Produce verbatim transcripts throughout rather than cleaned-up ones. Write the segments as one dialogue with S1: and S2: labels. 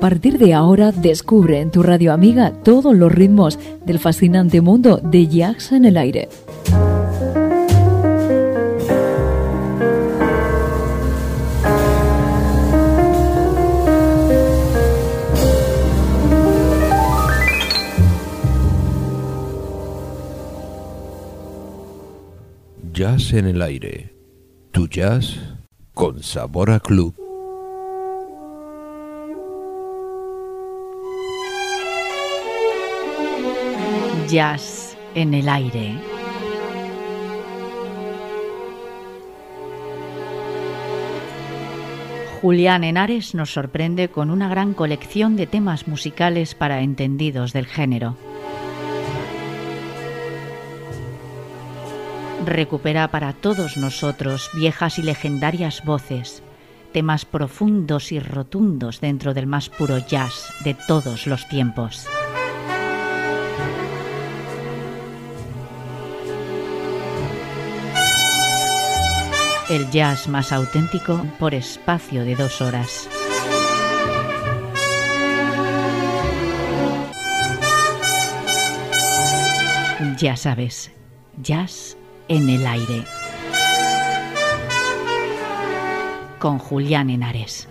S1: partir de ahora descubre en tu radio amiga todos los ritmos del fascinante mundo de Jazz en el Aire.
S2: Jazz en el Aire. Tu jazz con sabor a club.
S3: Jazz en el Aire. Julián Henares nos sorprende con una gran colección de temas musicales para entendidos del género. Recupera para todos nosotros viejas y legendarias voces, temas profundos y rotundos dentro del más puro jazz de todos los tiempos. El jazz más auténtico por espacio de dos horas. Ya sabes, jazz en el aire. Con Julián Henares.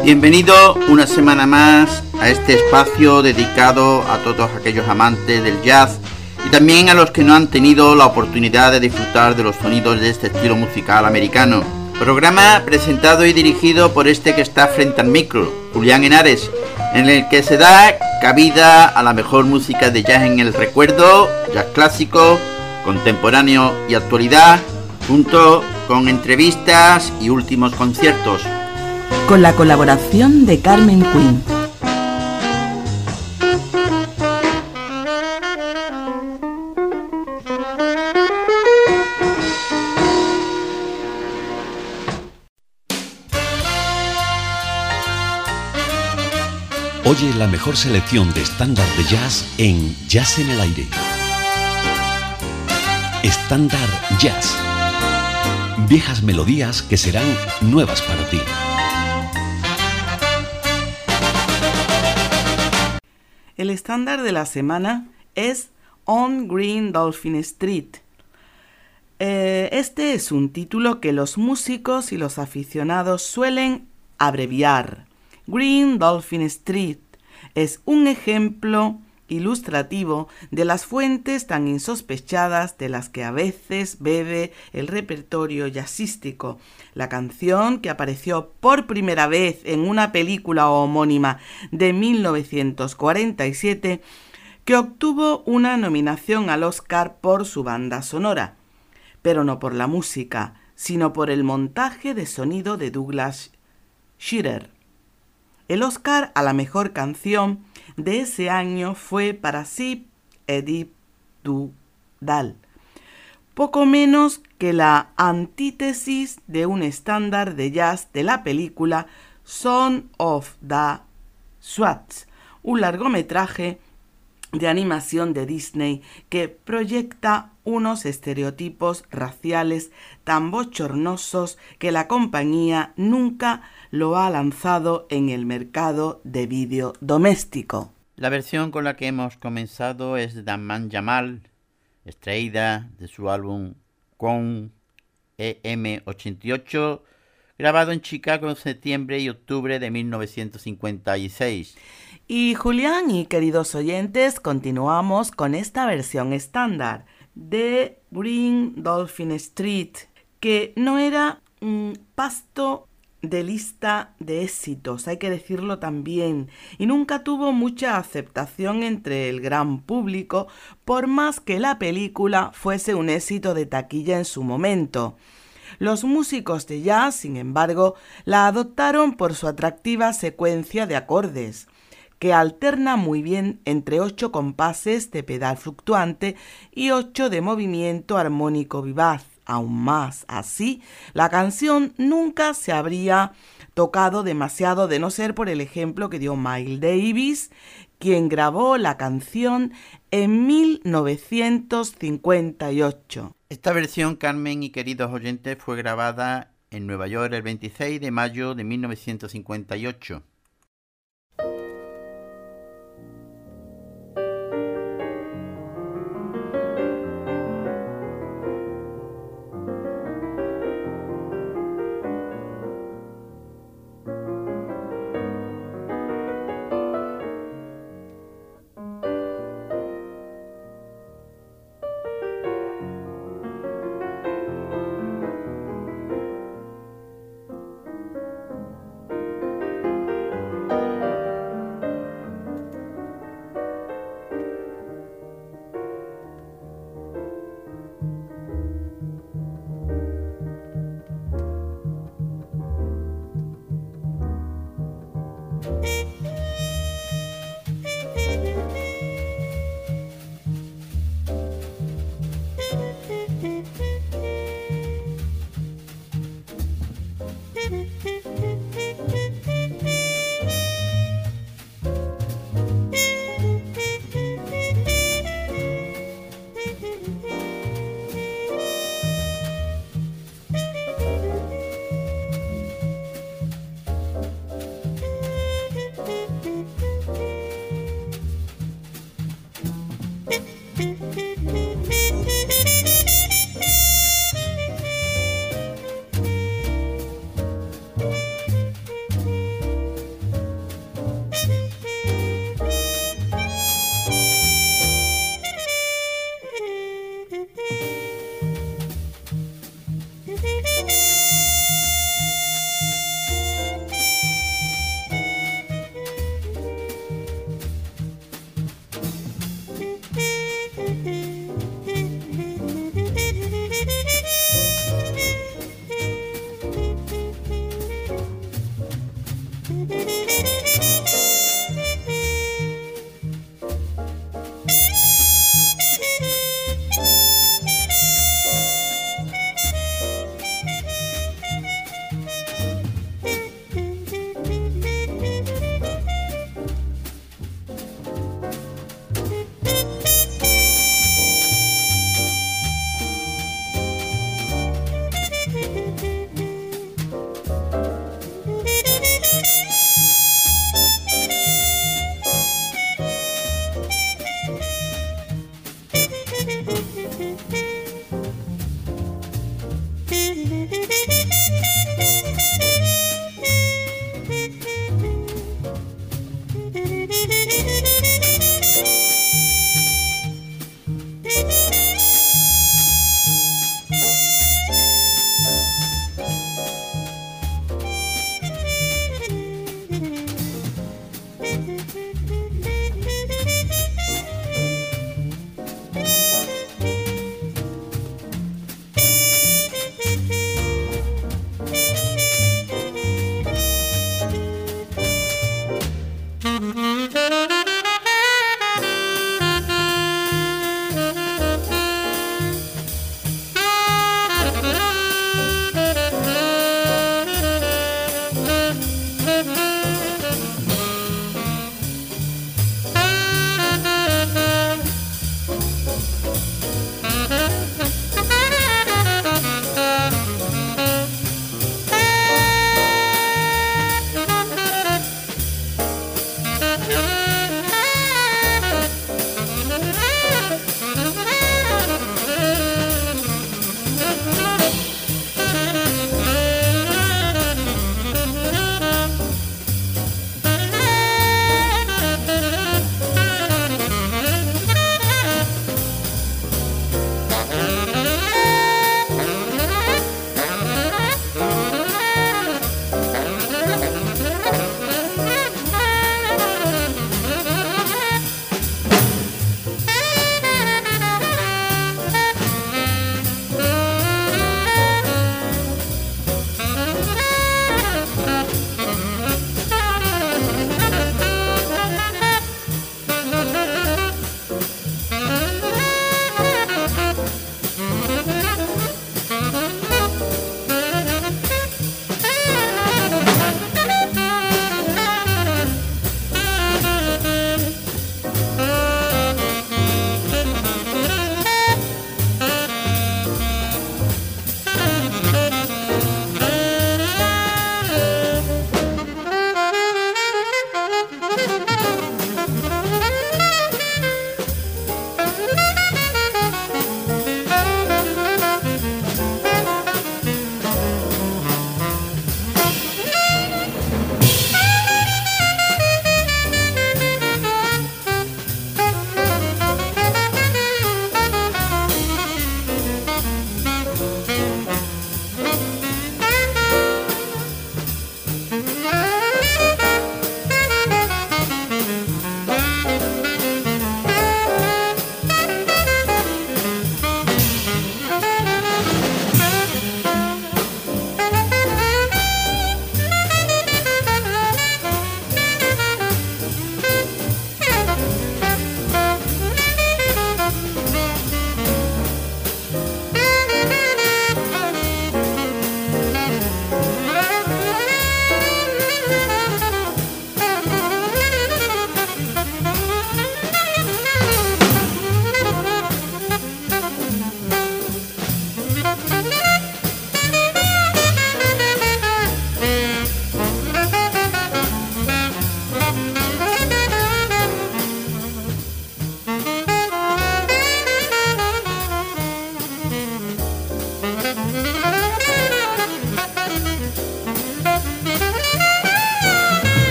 S4: Bienvenido una semana más a este espacio dedicado a todos aquellos amantes del jazz y también a los que no han tenido la oportunidad de disfrutar de los sonidos de este estilo musical americano. Programa presentado y dirigido por este que está frente al micro, Julián Henares, en el que se da cabida a la mejor música de jazz en el recuerdo, jazz clásico, contemporáneo y actualidad, junto con entrevistas y últimos conciertos.
S5: Con la colaboración de Carmen Quinn.
S6: Oye la mejor selección de estándar de jazz en Jazz en el Aire. Estándar Jazz. Viejas melodías que serán nuevas para ti.
S5: El estándar de la semana es On Green Dolphin Street. Eh, este es un título que los músicos y los aficionados suelen abreviar. Green Dolphin Street es un ejemplo ilustrativo de las fuentes tan insospechadas de las que a veces bebe el repertorio jazzístico. La canción, que apareció por primera vez en una película homónima de mil novecientos cuarenta y siete, que obtuvo una nominación al Oscar por su banda sonora, pero no por la música, sino por el montaje de sonido de Douglas Shearer. El Oscar a la mejor canción de ese año fue para Sip Edith Dudal, poco menos que la antítesis de un estándar de jazz de la película Son of the Swats, un largometraje de animación de Disney que proyecta unos estereotipos raciales tan bochornosos que la compañía nunca lo ha lanzado en el mercado de vídeo doméstico.
S4: La versión con la que hemos comenzado es de Daman Jamal, extraída de su álbum Con E M ochenta y ocho, grabado en Chicago en septiembre y octubre de mil novecientos cincuenta y seis.
S5: Y Julián y queridos oyentes, continuamos con esta versión estándar de Green Dolphin Street, que no era un pasto de lista de éxitos, hay que decirlo también, y nunca tuvo mucha aceptación entre el gran público, por más que la película fuese un éxito de taquilla en su momento. Los músicos de jazz, sin embargo, la adoptaron por su atractiva secuencia de acordes, que alterna muy bien entre ocho compases de pedal fluctuante y ocho de movimiento armónico vivaz. Aún más así, la canción nunca se habría tocado demasiado de no ser por el ejemplo que dio Miles Davis, quien grabó la canción en mil novecientos cincuenta y ocho.
S4: Esta versión, Carmen y queridos oyentes, fue grabada en Nueva York el veintiséis de mayo de mil novecientos cincuenta y ocho.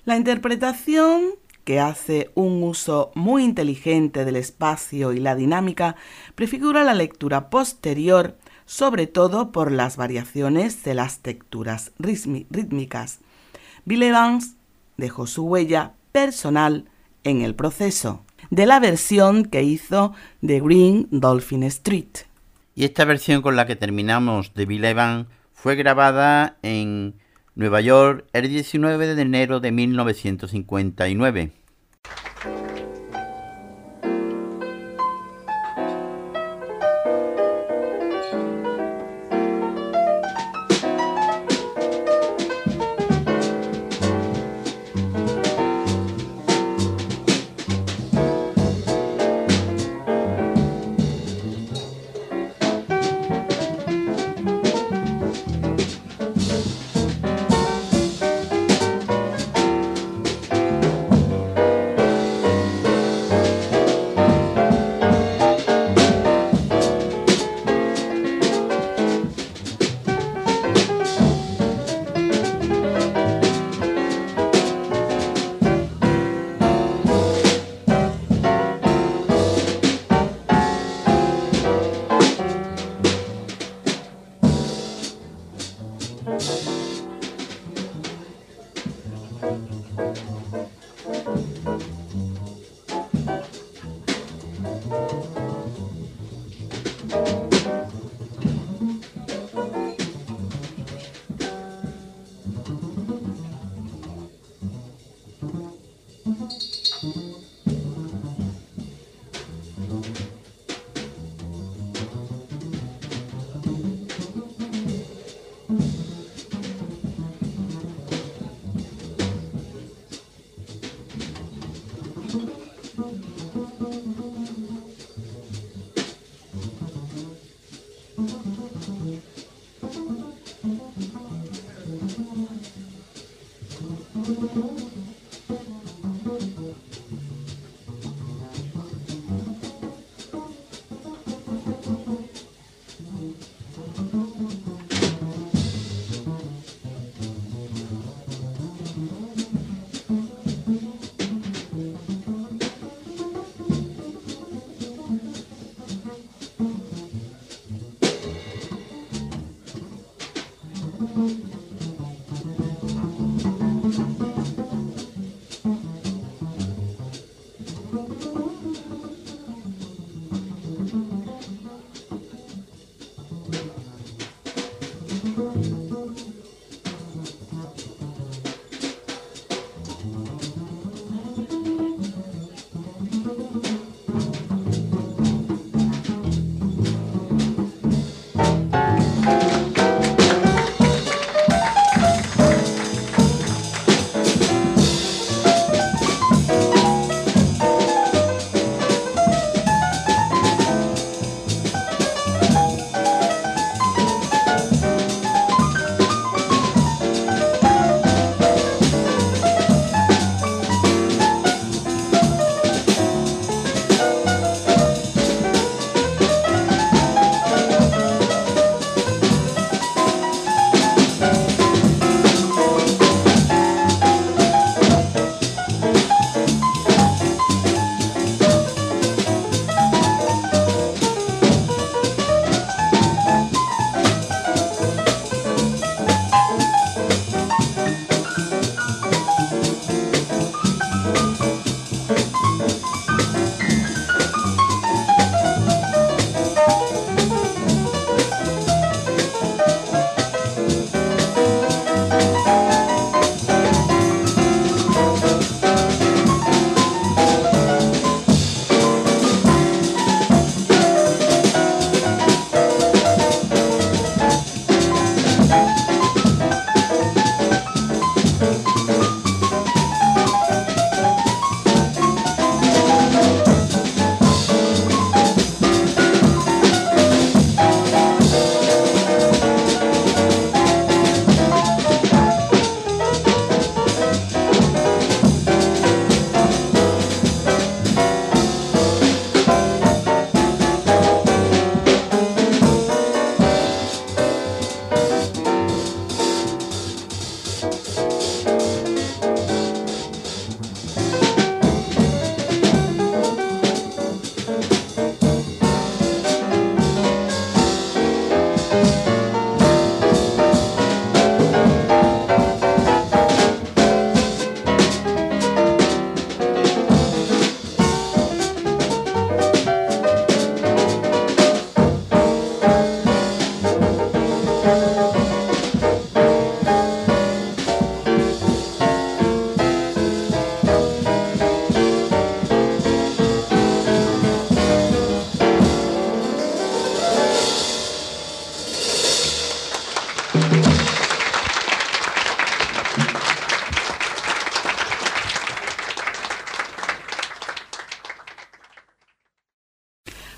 S5: La interpretación, que hace un uso muy inteligente del espacio y la dinámica, prefigura la lectura posterior, sobre todo por las variaciones de las texturas rítmicas. Bill Evans dejó su huella personal en el proceso de la versión que hizo de Green Dolphin Street.
S4: Y esta versión con la que terminamos de Bill Evans fue grabada en Nueva York el diecinueve de enero de mil novecientos cincuenta y nueve.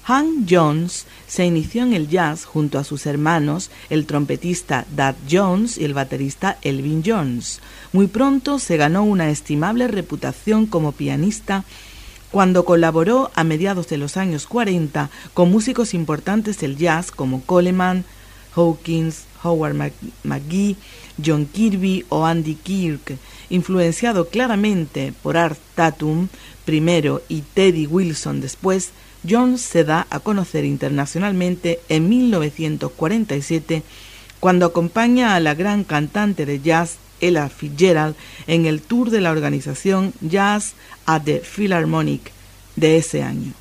S5: Hank Jones se inició en el jazz junto a sus hermanos, el trompetista Dad Jones y el baterista Elvin Jones. Muy pronto se ganó una estimable reputación como pianista cuando colaboró a mediados de los años cuarenta con músicos importantes del jazz como Coleman, Hawkins, Howard McGhee, John Kirby o Andy Kirk. Influenciado claramente por Art Tatum primero y Teddy Wilson después, Jones se da a conocer internacionalmente en mil novecientos cuarenta y siete cuando acompaña a la gran cantante de jazz Ella Fitzgerald en el tour de la organización Jazz at the Philharmonic de ese año.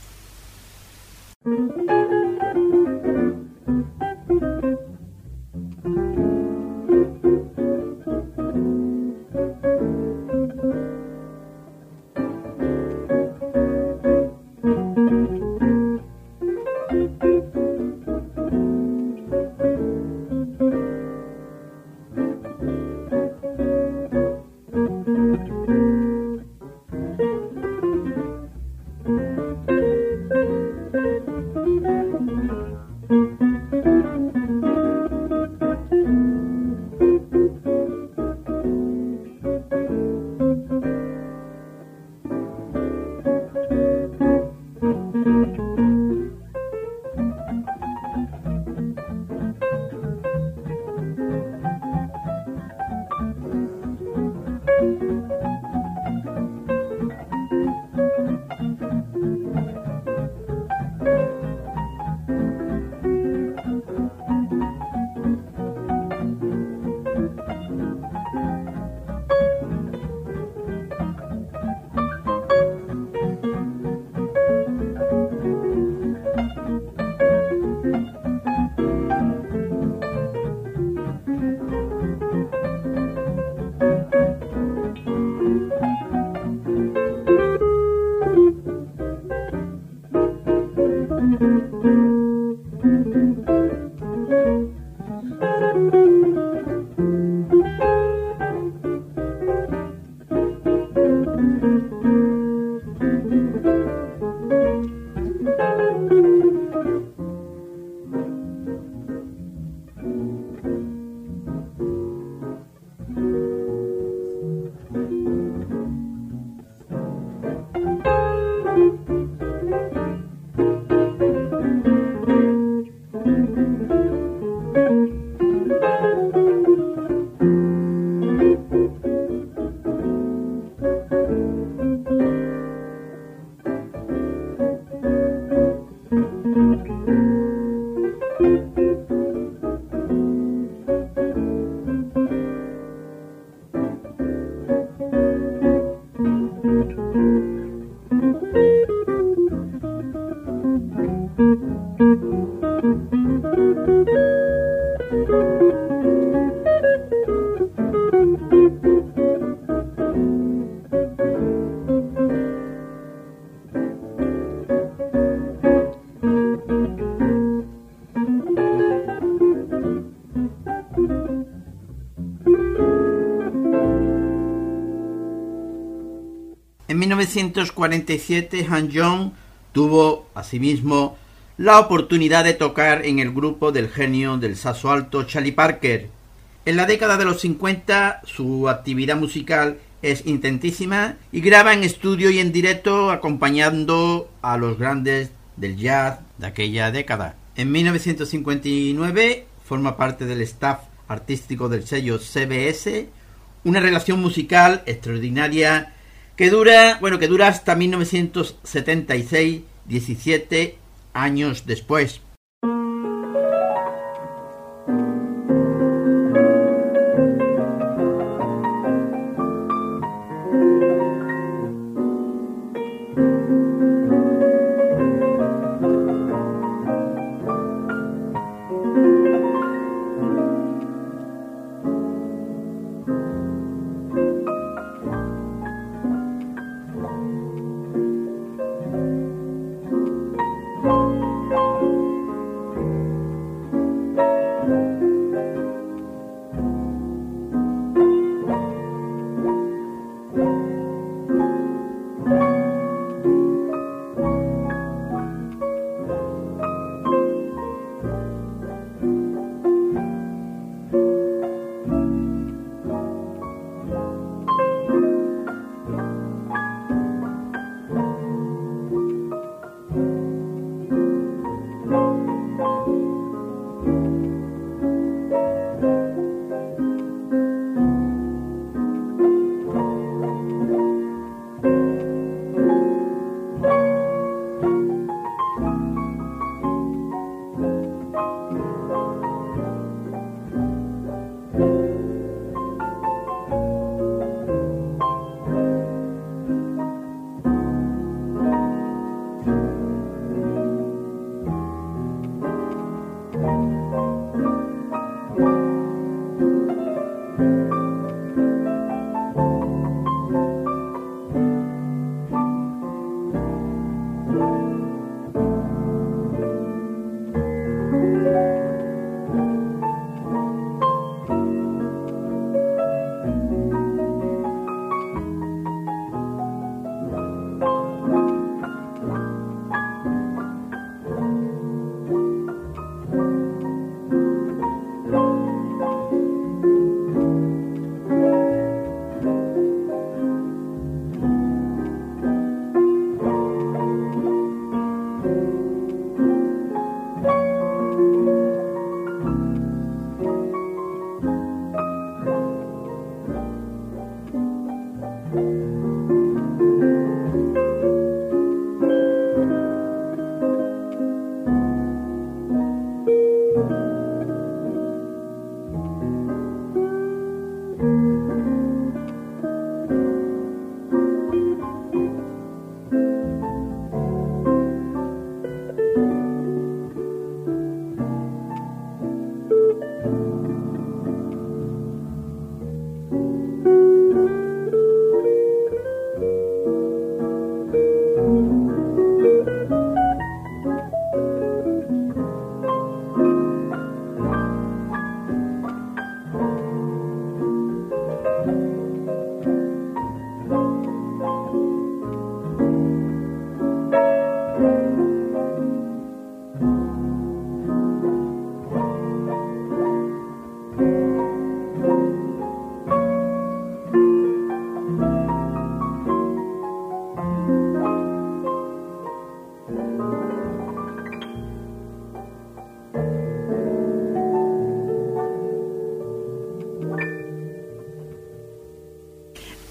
S4: En mil novecientos cuarenta y siete, Hank Jones tuvo, asimismo, la oportunidad de tocar en el grupo del genio del saxo alto Charlie Parker. En la década de los cincuenta, su actividad musical es intentísima y graba en estudio y en directo acompañando a los grandes del jazz de aquella década. En mil novecientos cincuenta y nueve forma parte del staff artístico del sello C B S, una relación musical extraordinaria que dura, bueno, que dura hasta mil novecientos setenta y seis, diecisiete años después.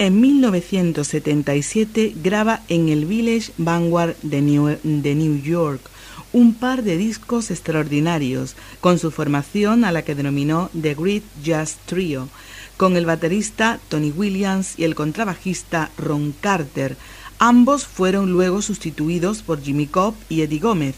S5: En mil novecientos setenta y siete graba en el Village Vanguard de New, de New York un par de discos extraordinarios con su formación a la que denominó The Great Jazz Trio, con el baterista Tony Williams y el contrabajista Ron Carter. Ambos fueron luego sustituidos por Jimmy Cobb y Eddie Gómez.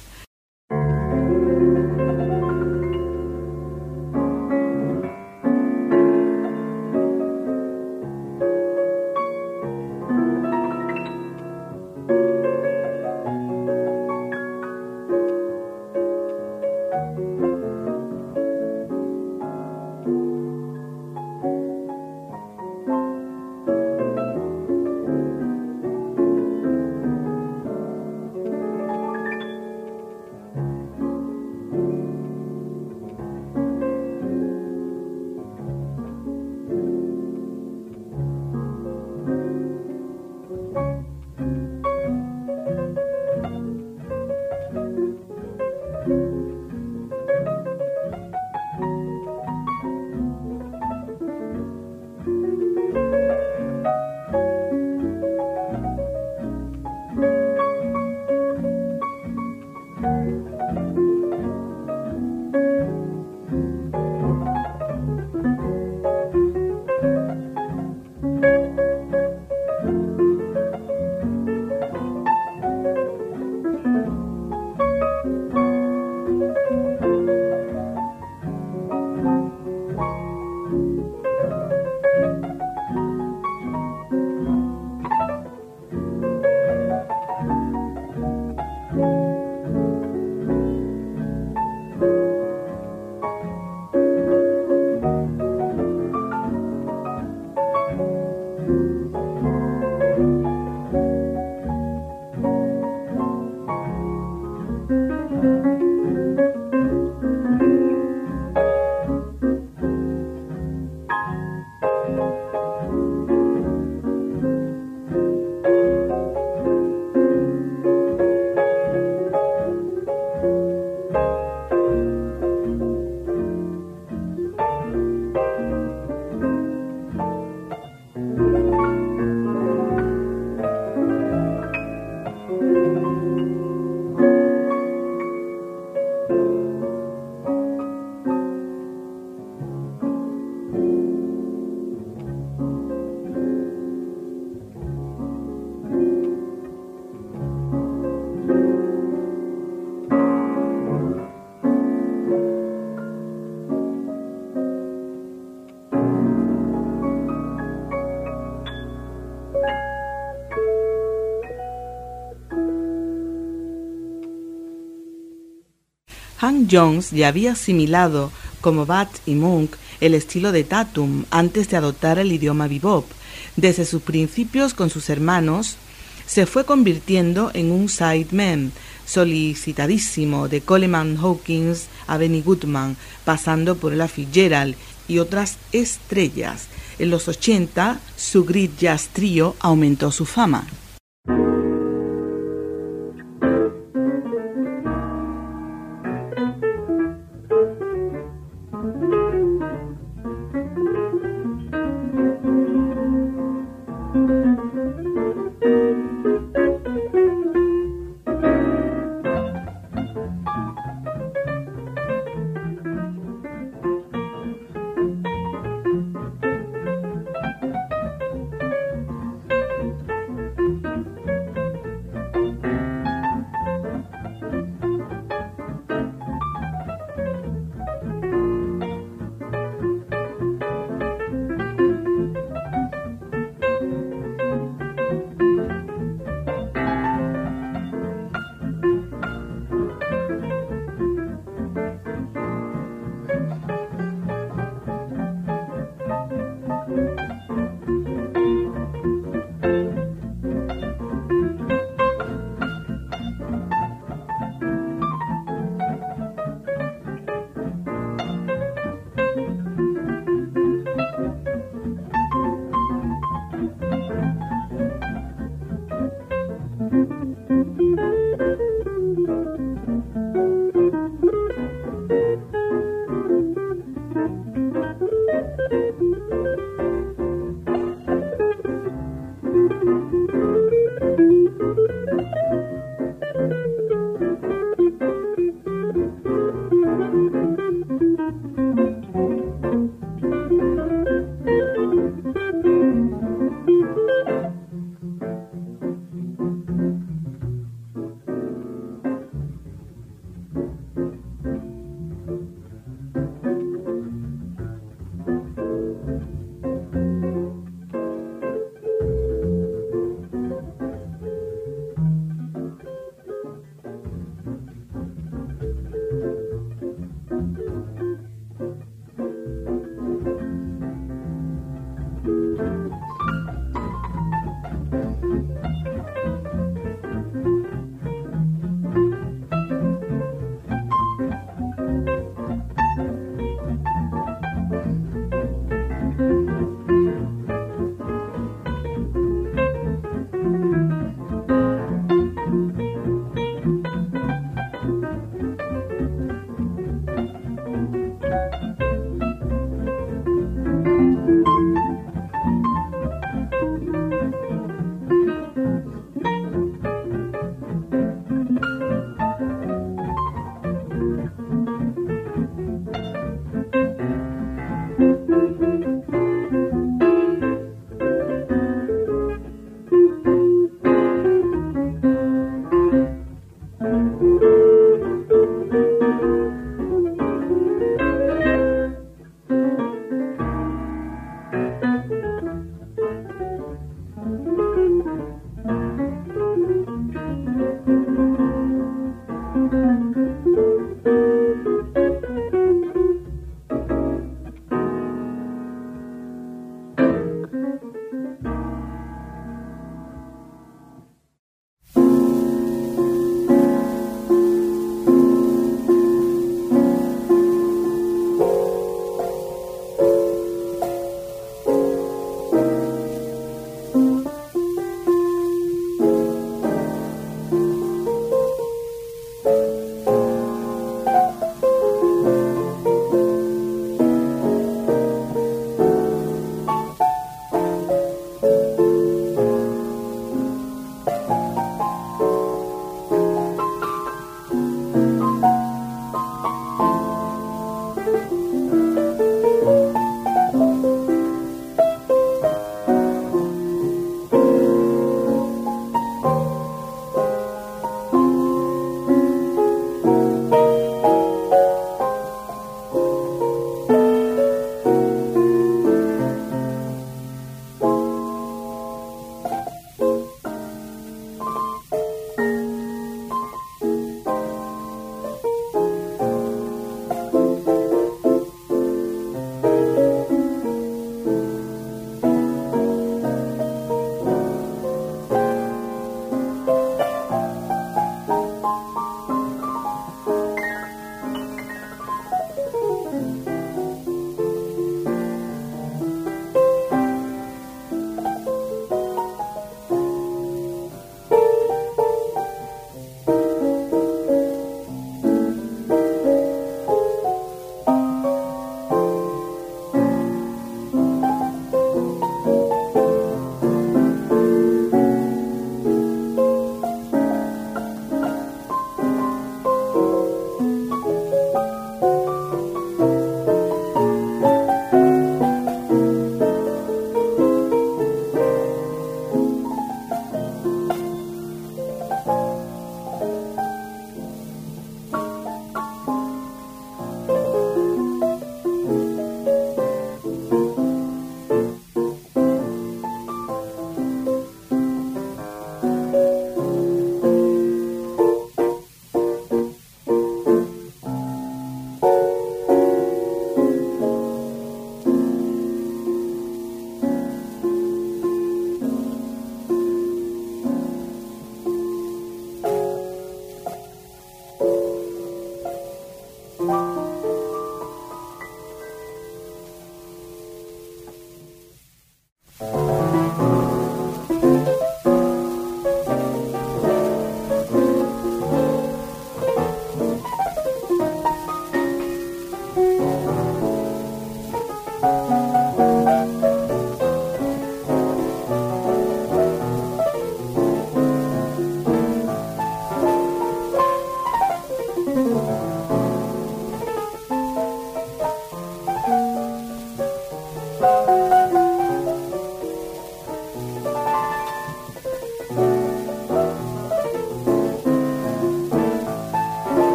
S5: Hank Jones ya había asimilado, como Bat y Monk, el estilo de Tatum antes de adoptar el idioma bebop. Desde sus principios con sus hermanos, se fue convirtiendo en un sideman solicitadísimo de Coleman Hawkins a Benny Goodman, pasando por Ella Fitzgerald y otras estrellas. En los ochenta, su Great Jazz Trio aumentó su fama.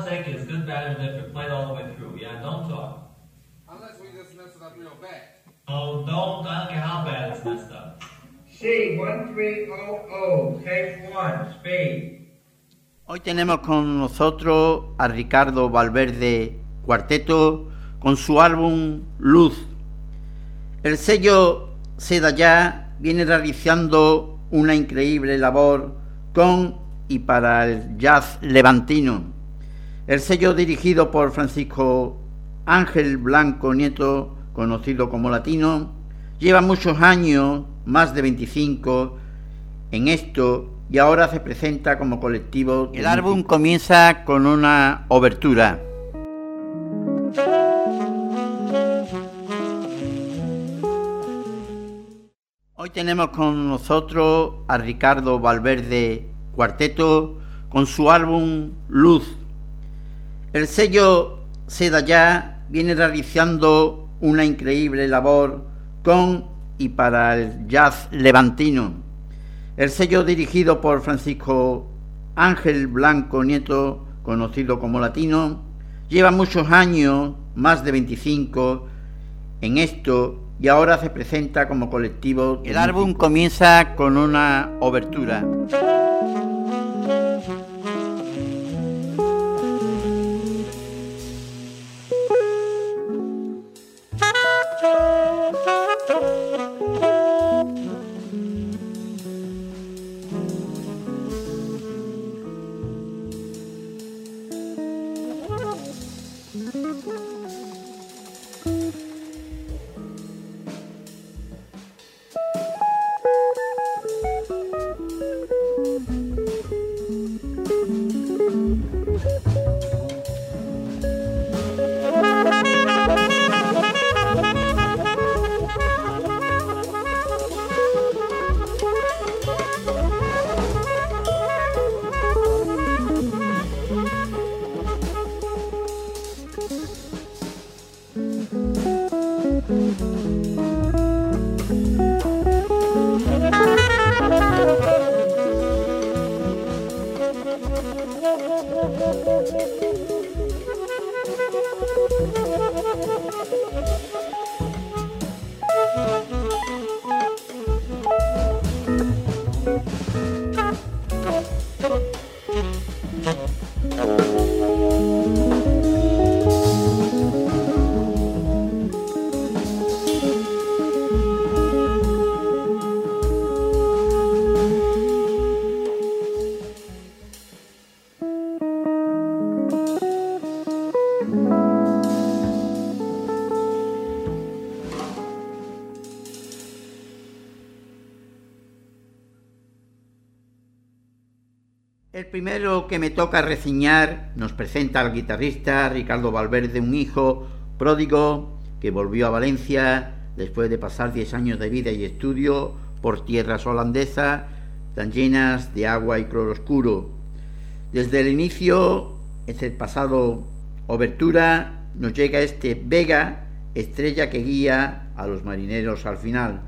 S7: take it. It's good, bad, and different. Play it all the way through. Yeah, don't talk.
S8: Unless we just mess it up real bad.
S7: Oh, don't. I don't care how bad it's messed up.
S9: C one three zero zero, take one, speed.
S4: Hoy tenemos con nosotros a Ricardo Valverde Cuarteto con su álbum Luz. El sello Seda Ya viene realizando una increíble labor con y para el jazz levantino. El sello, dirigido por Francisco Ángel Blanco Nieto, conocido como Latino, lleva muchos años, más de veinticinco, en esto y ahora se presenta como colectivo. El álbum comienza con una obertura. Hoy tenemos con nosotros a Ricardo Valverde Cuarteto con su álbum Luz. El sello Seda Ya viene realizando una increíble labor con y para el jazz levantino. El sello, dirigido por Francisco Ángel Blanco Nieto, conocido como Latino, lleva muchos años, más de veinticinco, en esto y ahora se presenta como colectivo. El álbum comienza con una obertura. El primero que me toca reseñar nos presenta al guitarrista Ricardo Valverde, un hijo pródigo que volvió a Valencia después de pasar diez años de vida y estudio por tierras holandesas tan llenas de agua y claroscuro. Desde el inicio, este pasado obertura, nos llega este Vega, estrella que guía a los marineros al final.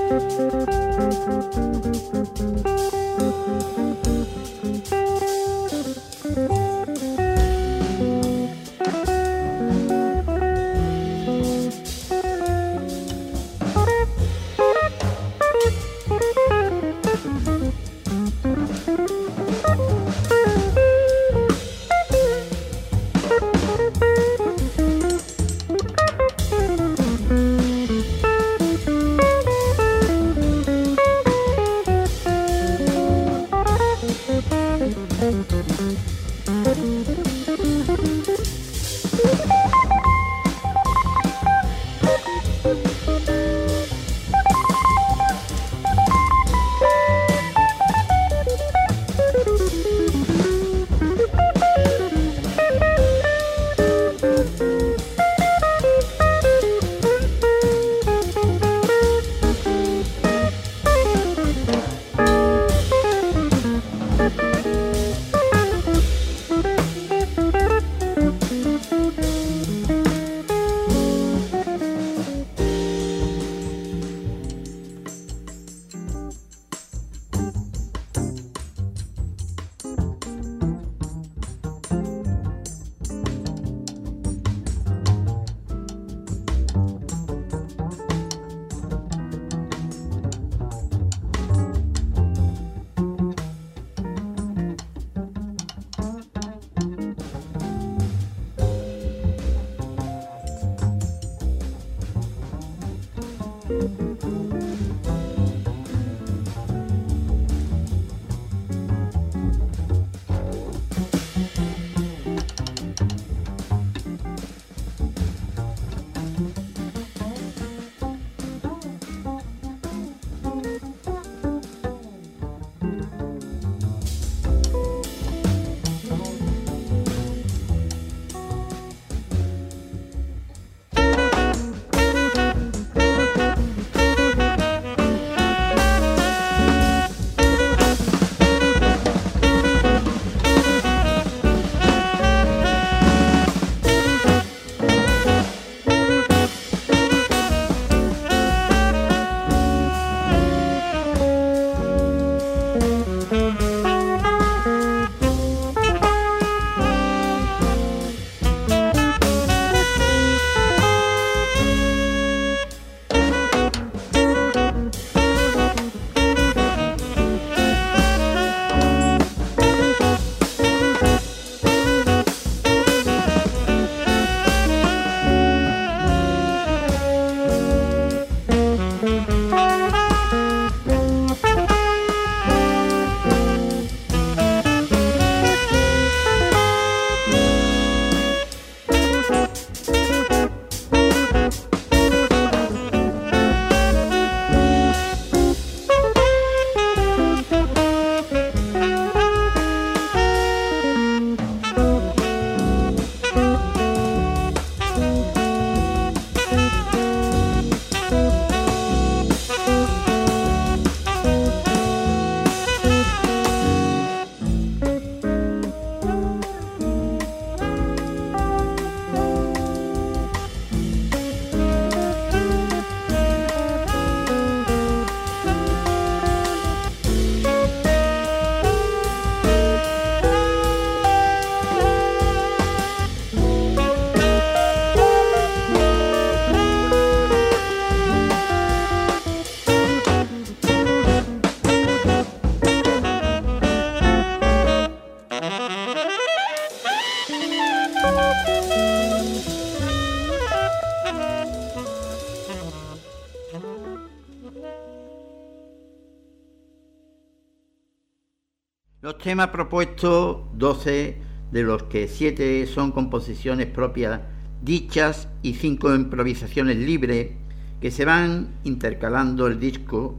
S4: Los temas propuestos, doce, de los que siete son composiciones propias dichas y cinco improvisaciones libres que se van intercalando el disco,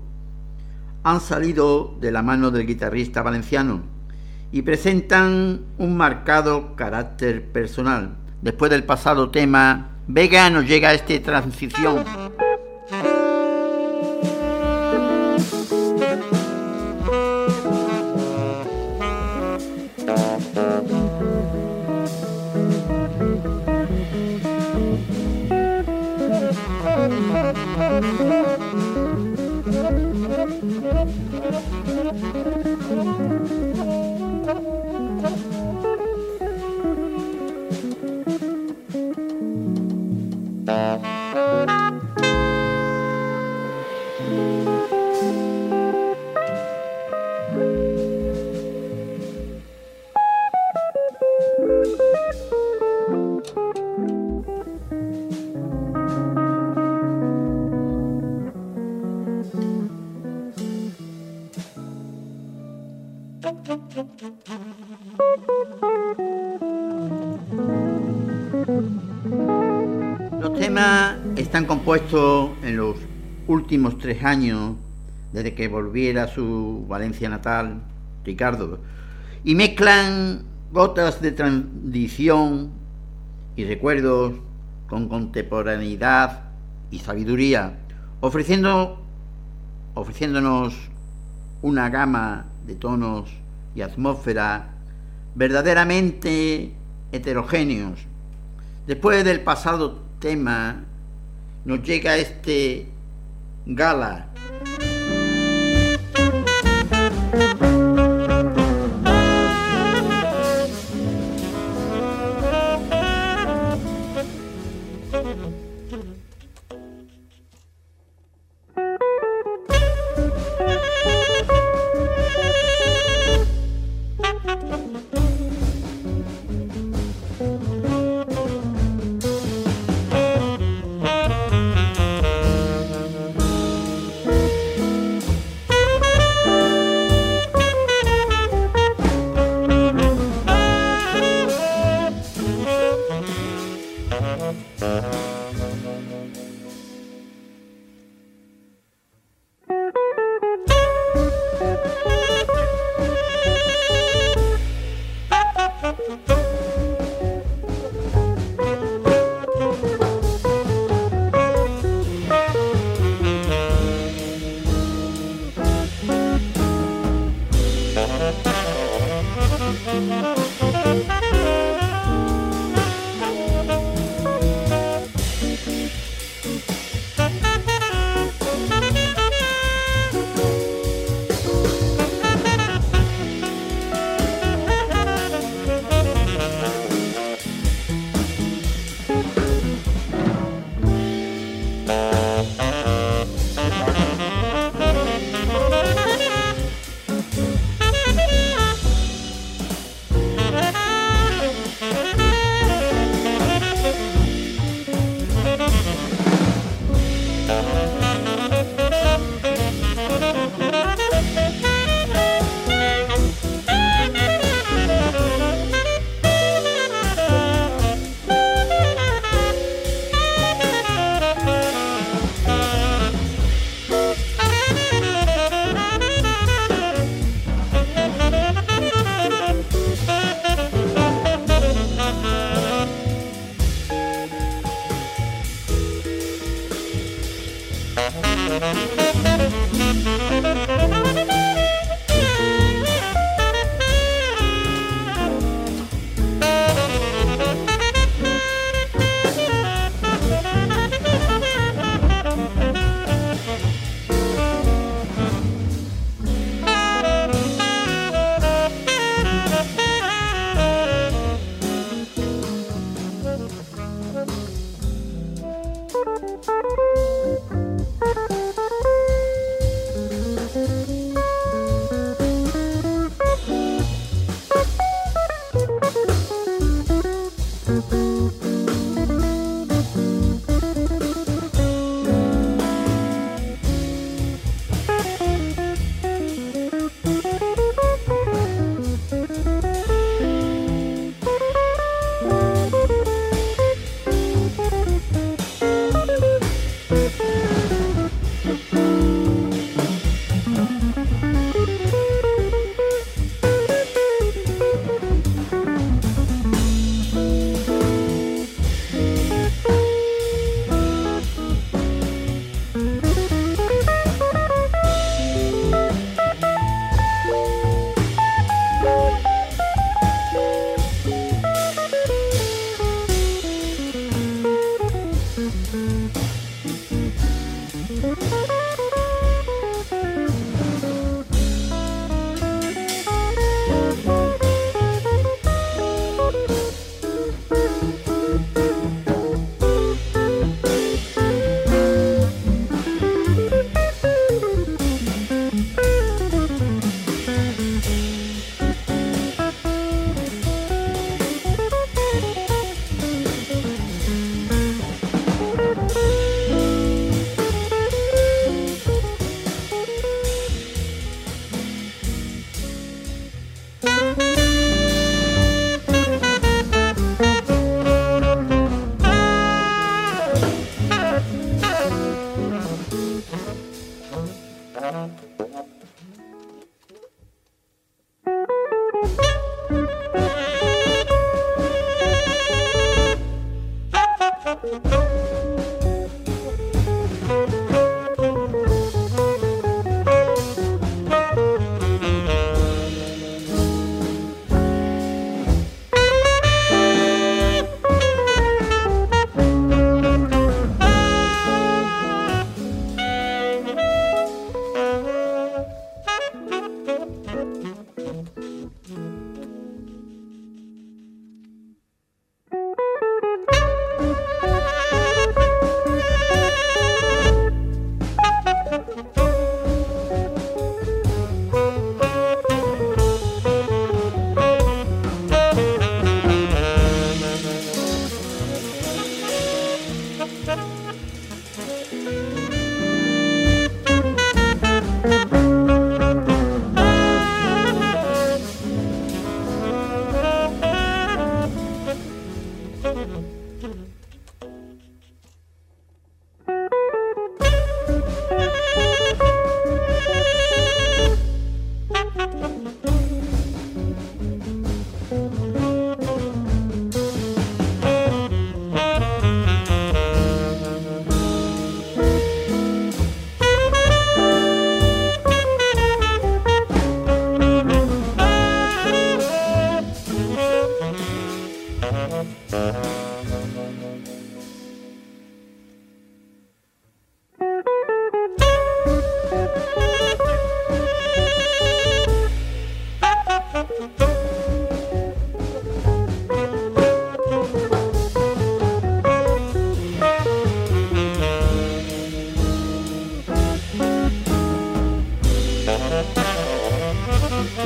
S4: han salido de la mano del guitarrista valenciano y presentan un marcado carácter personal. Después del pasado tema, Vega nos llega a esta transición. Los temas están compuestos en los últimos tres años desde que volviera a su Valencia natal, Ricardo, y mezclan gotas de tradición y recuerdos con contemporaneidad y sabiduría, ofreciendo, ofreciéndonos una gama de tonos y atmósfera verdaderamente heterogéneos. Después del pasado tema nos llega este Gala.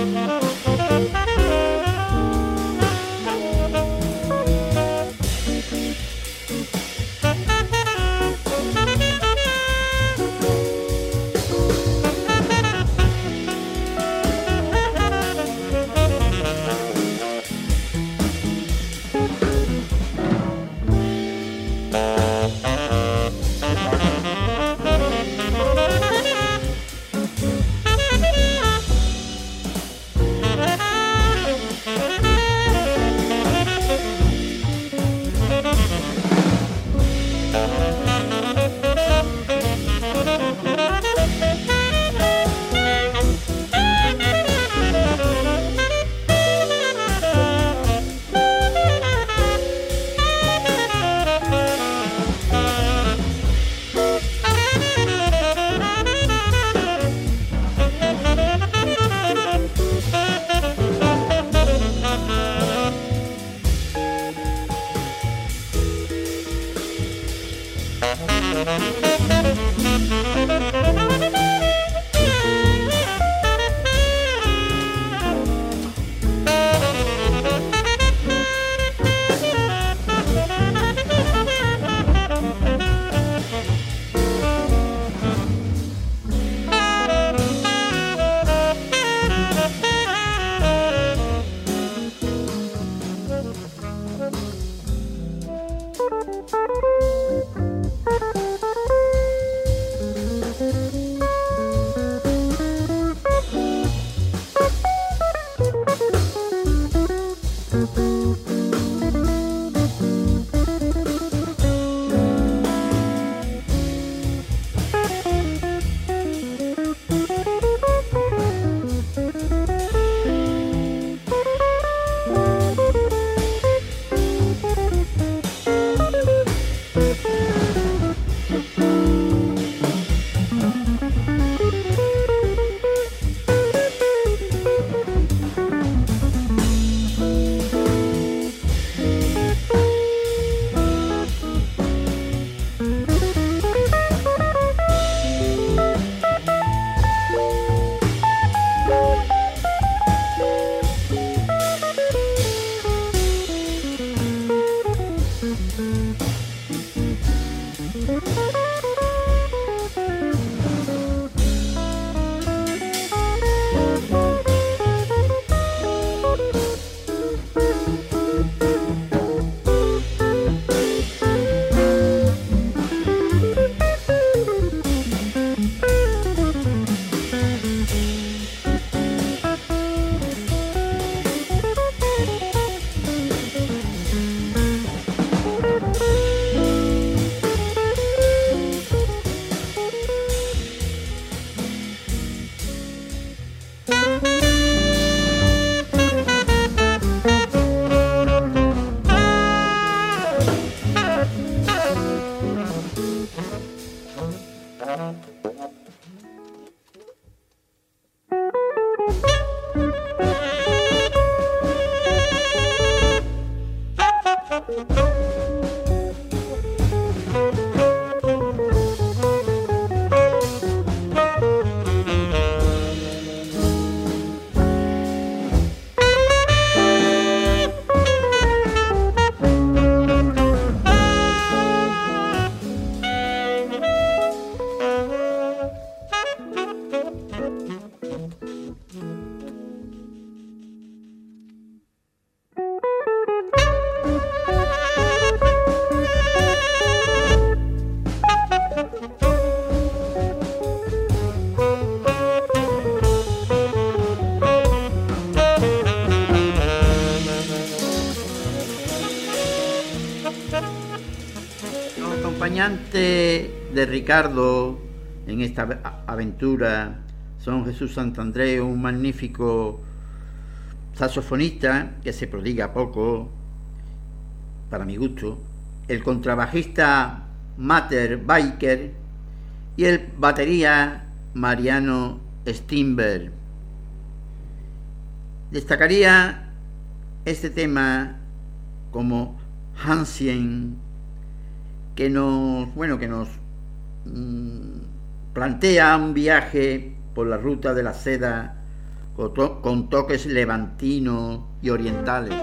S4: acompañantes de Ricardo en esta aventura son Jesús Santandreu, un magnífico saxofonista que se prodiga poco, para mi gusto, el contrabajista Mater Biker y el batería Mariano Steinberg. Destacaría este tema como Hansien, que nos, bueno, que nos mmm, plantea un viaje por la ruta de la seda con, to con toques levantinos y orientales.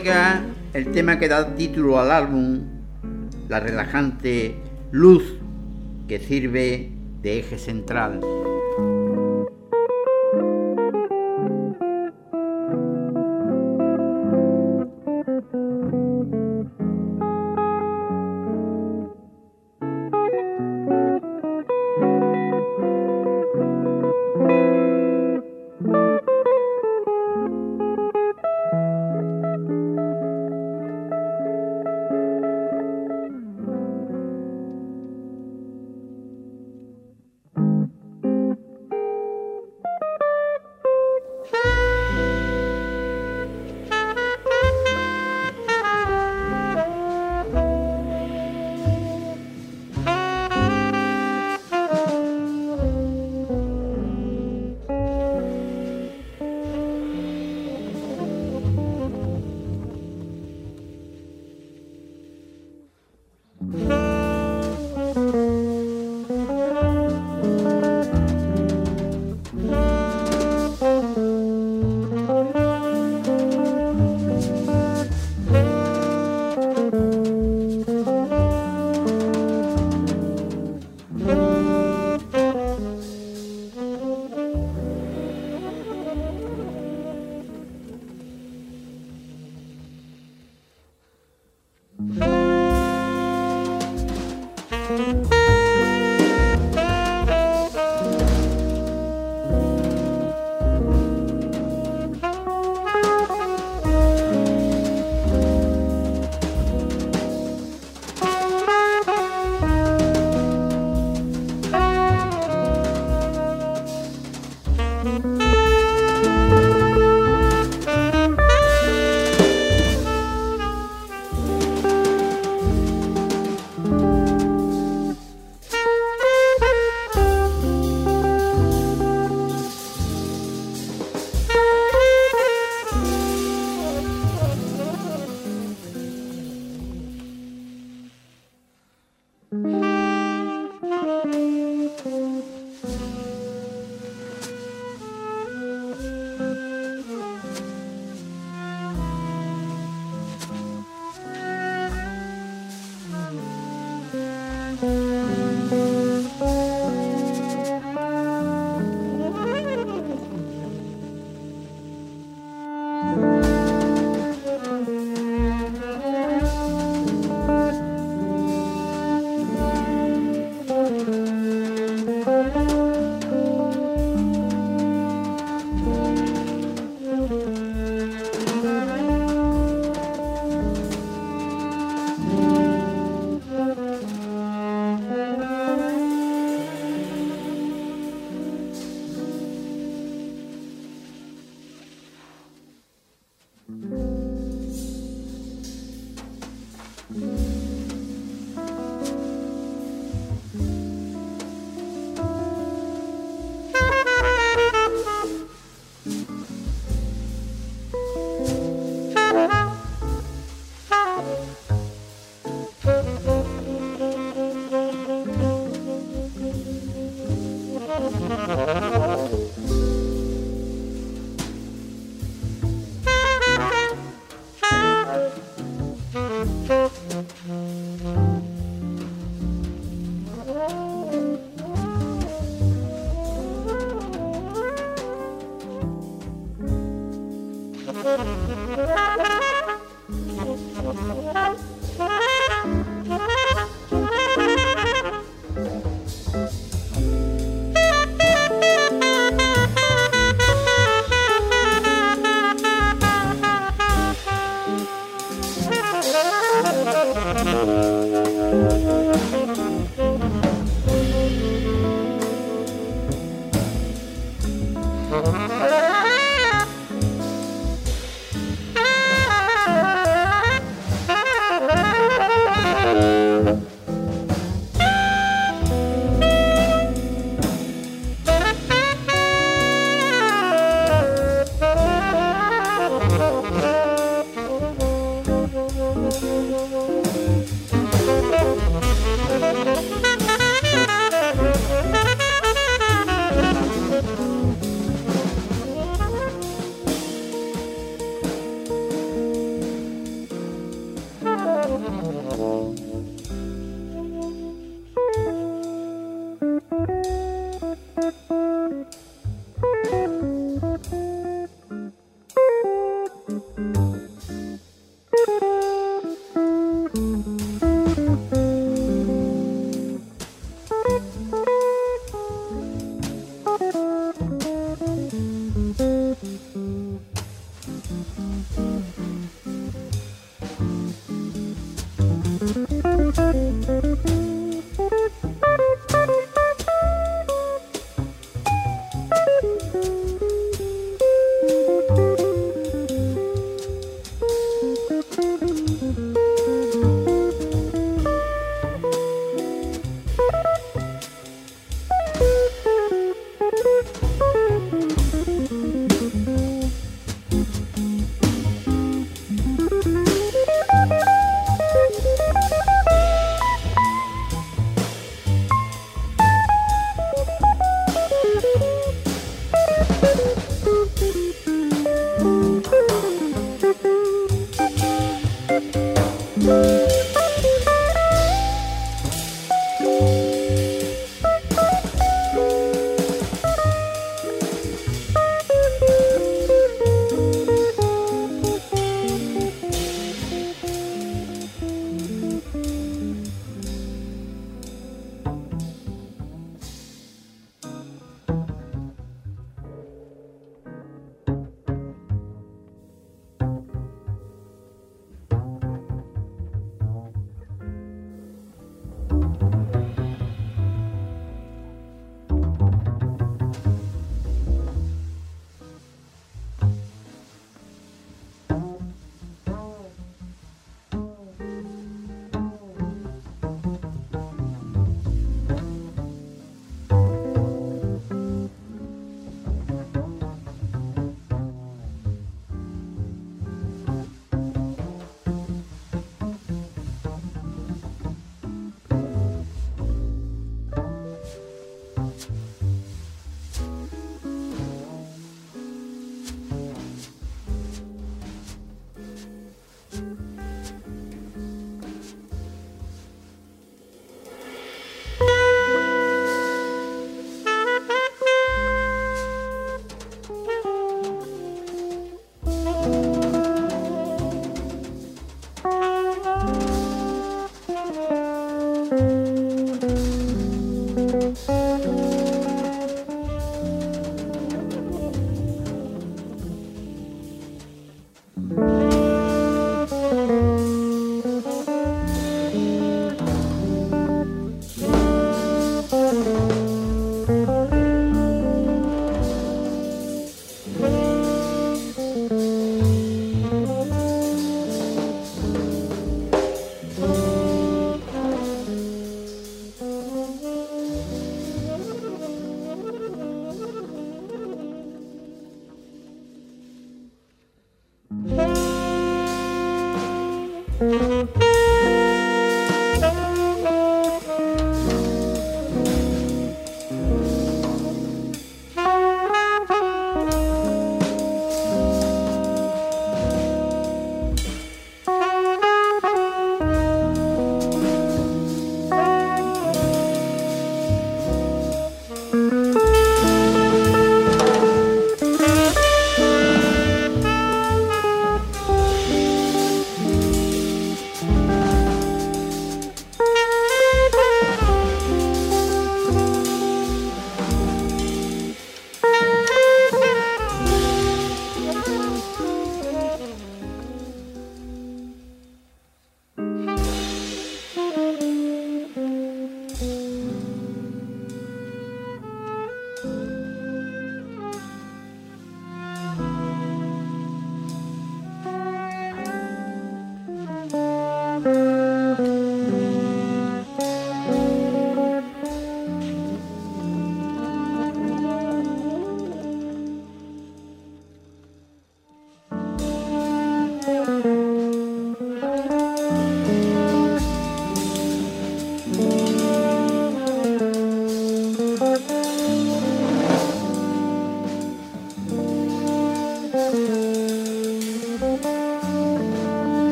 S4: llega el tema que da título al álbum, la relajante luz que sirve de eje central.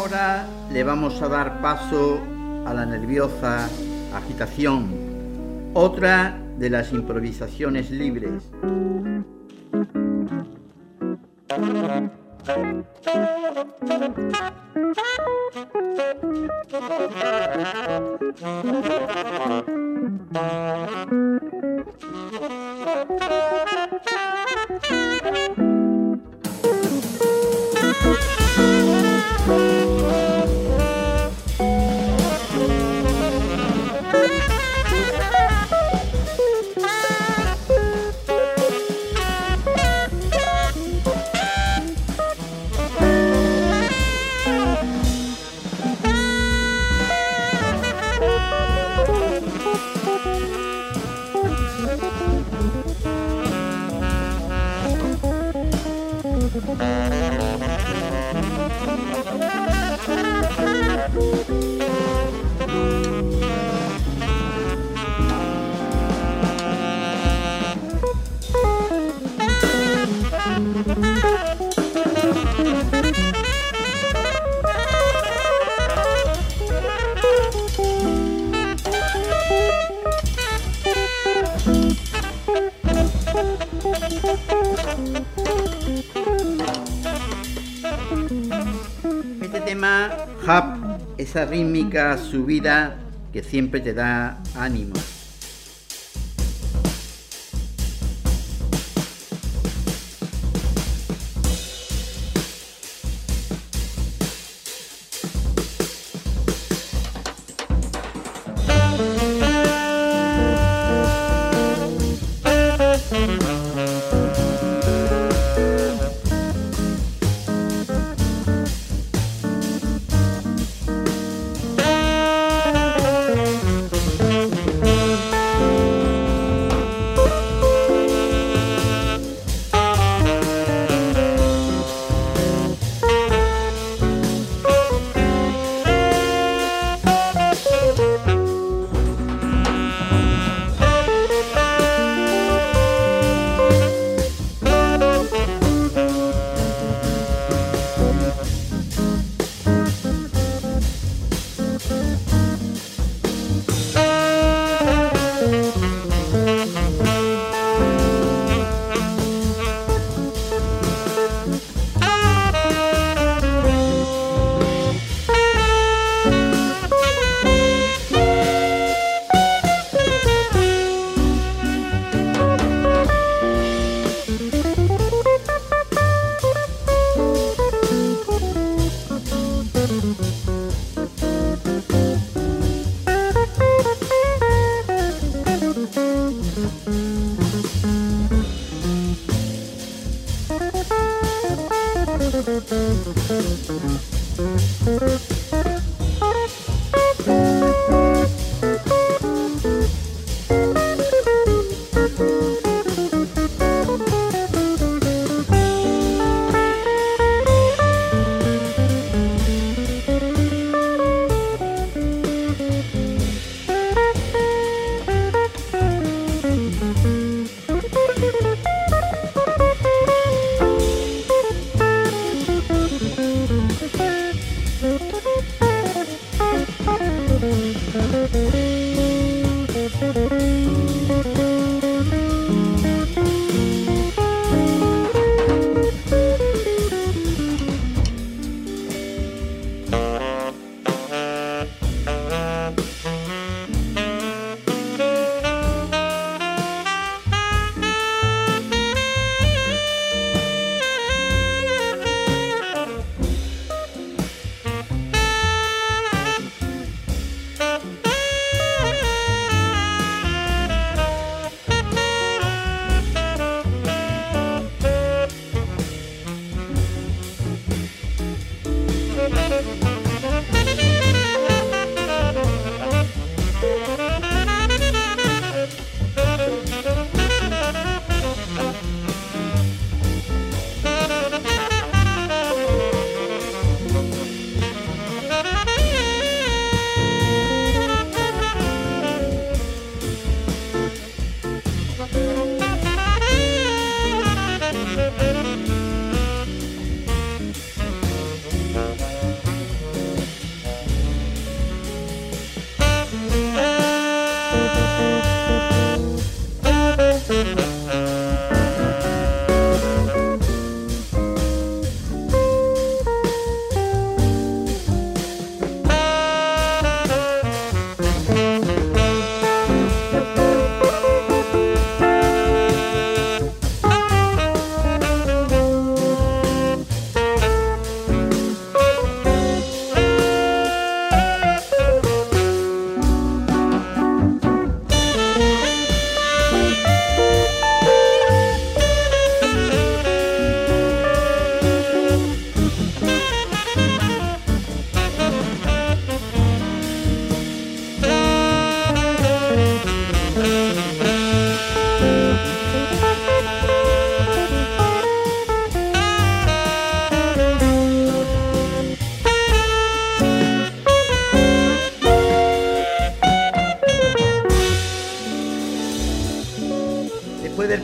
S4: Ahora le vamos a dar paso a la nerviosa agitación, otra de las improvisaciones libres. Este tema, Hap, esa rítmica subida que siempre te da ánimo.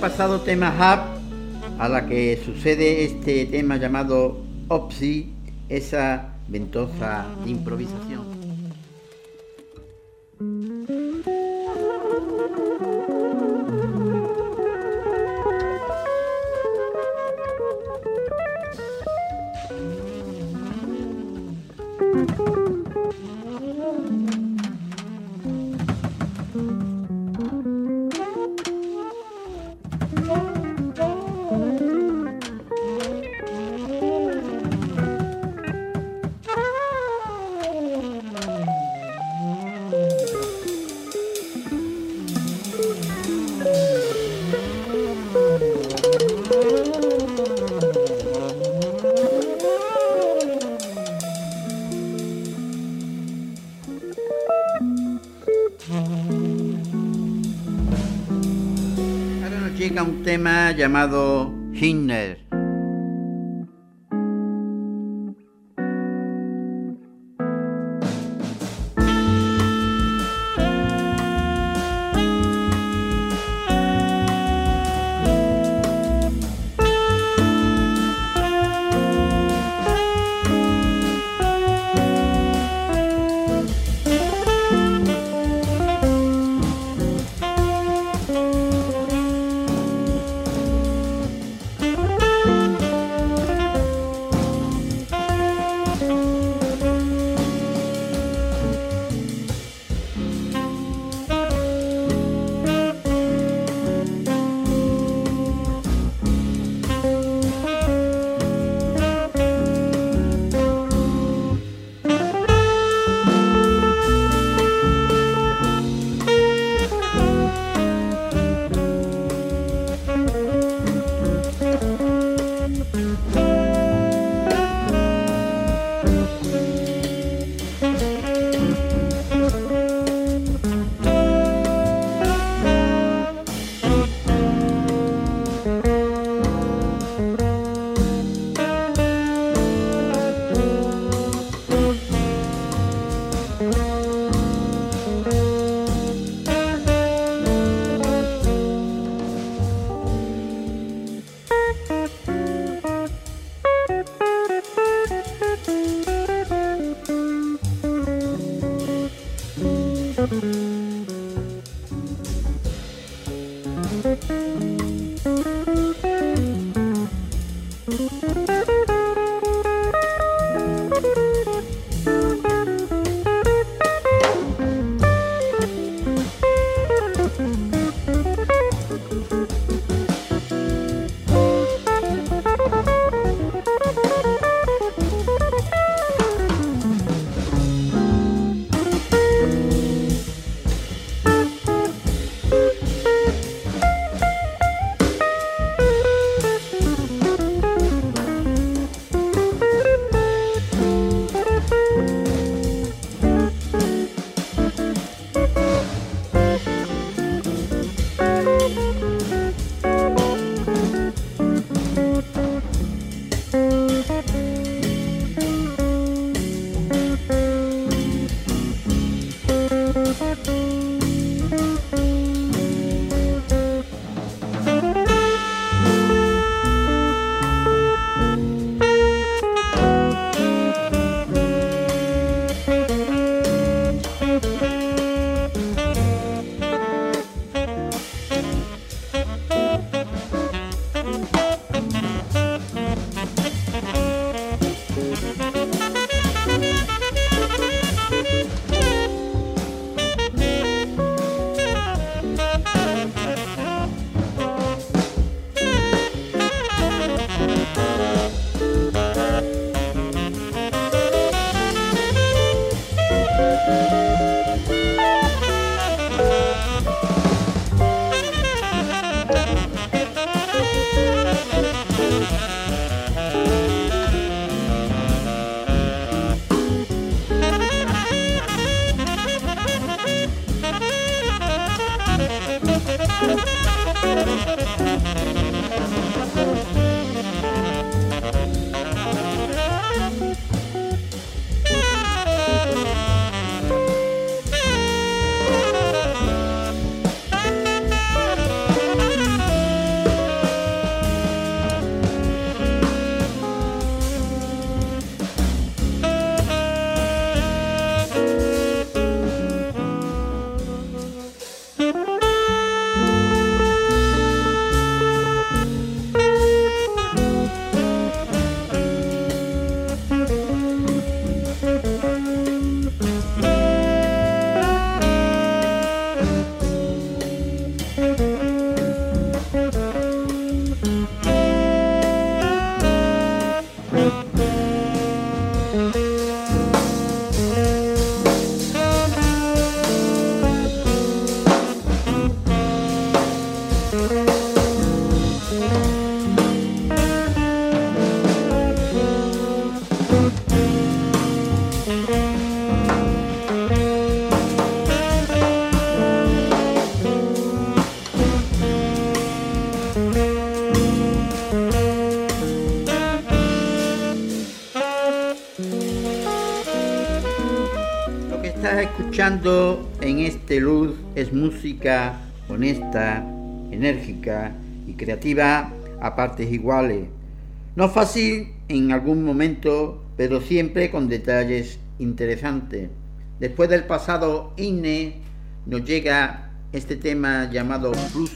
S4: pasado tema Hub, a la que sucede este tema llamado Opsi, esa ventosa de improvisación. Llega un tema llamado Hitler. Escuchando en este luz es música honesta, enérgica y creativa a partes iguales. No fácil en algún momento, pero siempre con detalles interesantes. Después del pasado himne nos llega este tema llamado Blues.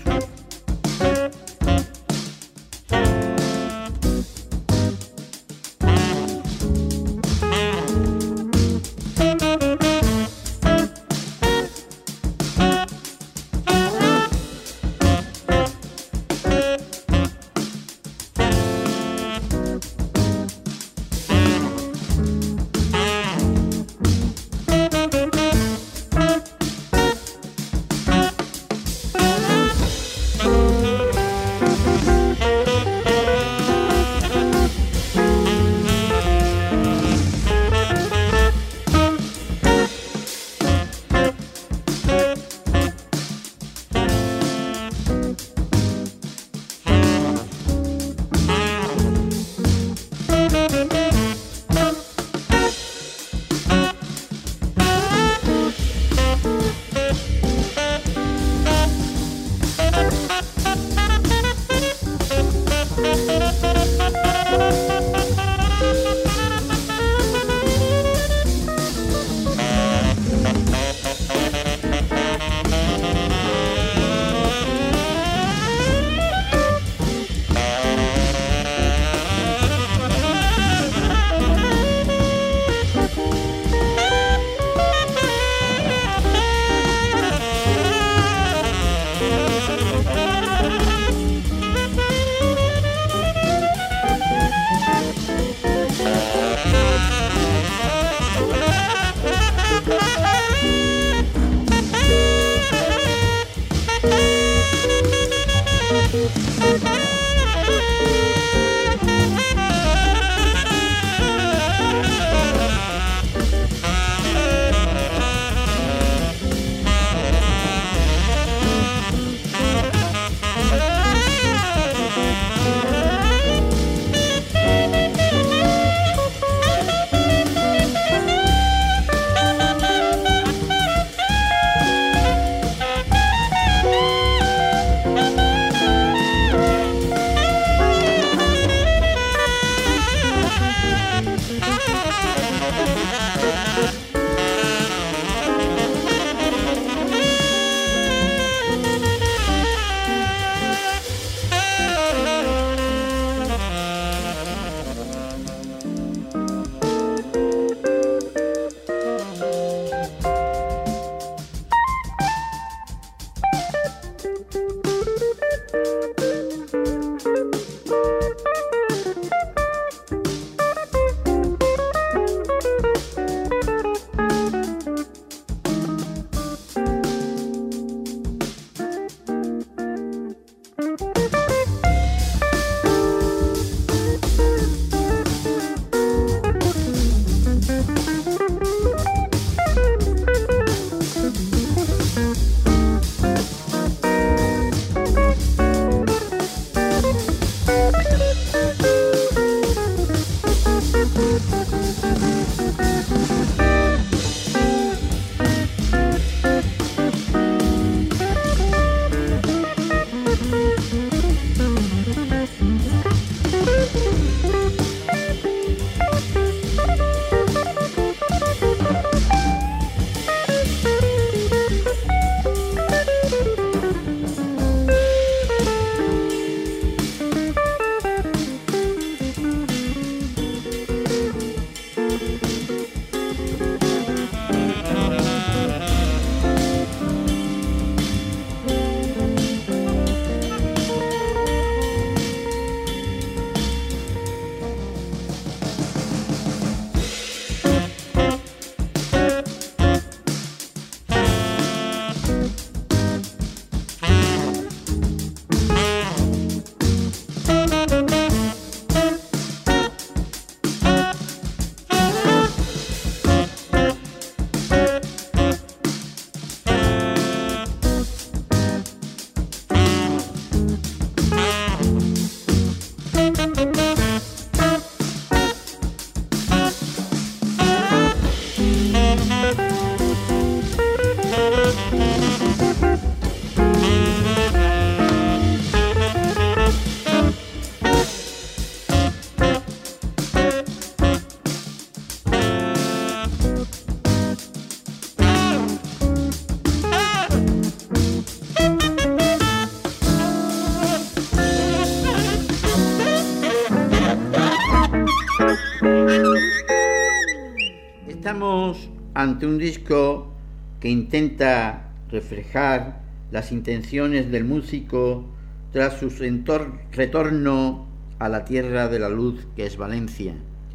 S4: ante un disco que intenta reflejar las intenciones del músico tras su retorno a la tierra de la luz que es Valencia.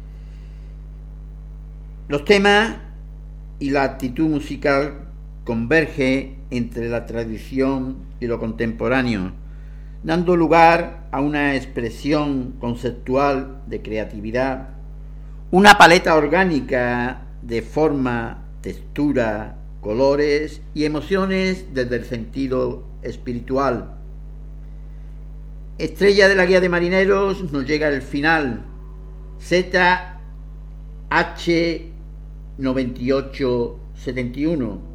S4: Los temas y la actitud musical converge entre la tradición y lo contemporáneo, dando lugar a una expresión conceptual de creatividad, una paleta orgánica de forma, textura, colores y emociones desde el sentido espiritual. Estrella de la Guía de Marineros nos llega el final, Z H noventa y ocho setenta y uno.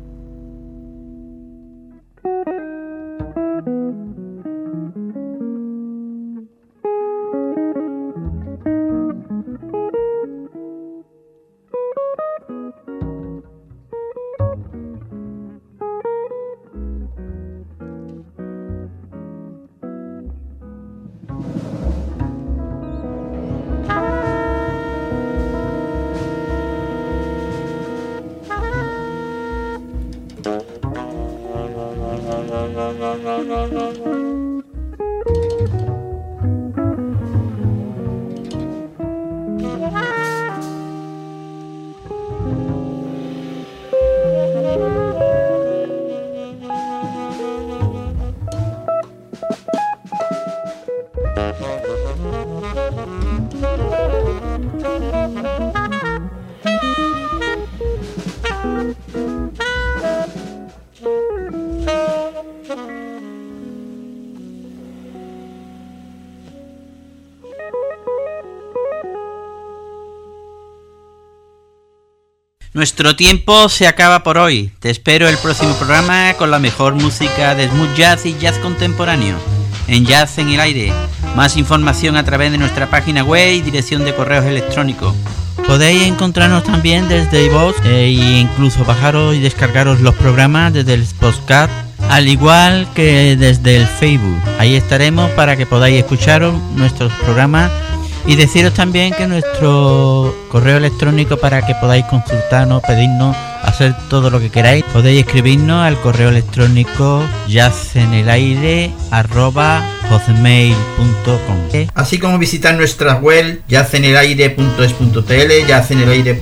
S10: Nuestro tiempo se acaba por hoy. Te espero el próximo programa con la mejor música de smooth jazz y jazz contemporáneo en Jazz en el Aire. Más información a través de nuestra página web y dirección de correos electrónicos. Podéis encontrarnos también desde iVoox e incluso bajaros y descargaros los programas desde el podcast, al igual que desde el Facebook. Ahí estaremos para que podáis escucharos nuestros programas. Y deciros también que nuestro correo electrónico para que podáis consultarnos, pedirnos, hacer todo lo que queráis, podéis escribirnos al correo electrónico jazzenelaire arroba hotmail punto com,
S4: así como visitar nuestras web jazzenelaire punto es punto t l, jazzenelaire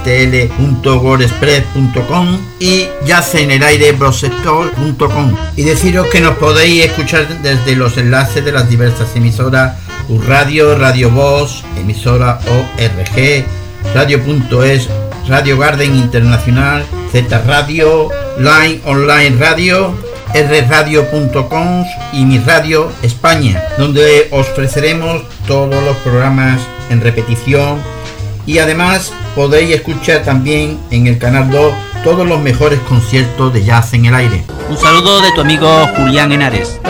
S4: punto wordpress punto com y jazzenelaire punto com, y deciros que nos podéis escuchar desde los enlaces de las diversas emisoras: U Radio, Radio Voz, emisora O R G, Radio.es, Radio Garden Internacional, Z Radio, Line Online Radio, r radio punto com y Mi Radio España, donde os ofreceremos todos los programas en repetición, y además podéis escuchar también en el canal dos todos los mejores conciertos de Jazz en el Aire.
S10: Un saludo de tu amigo Julián Henares.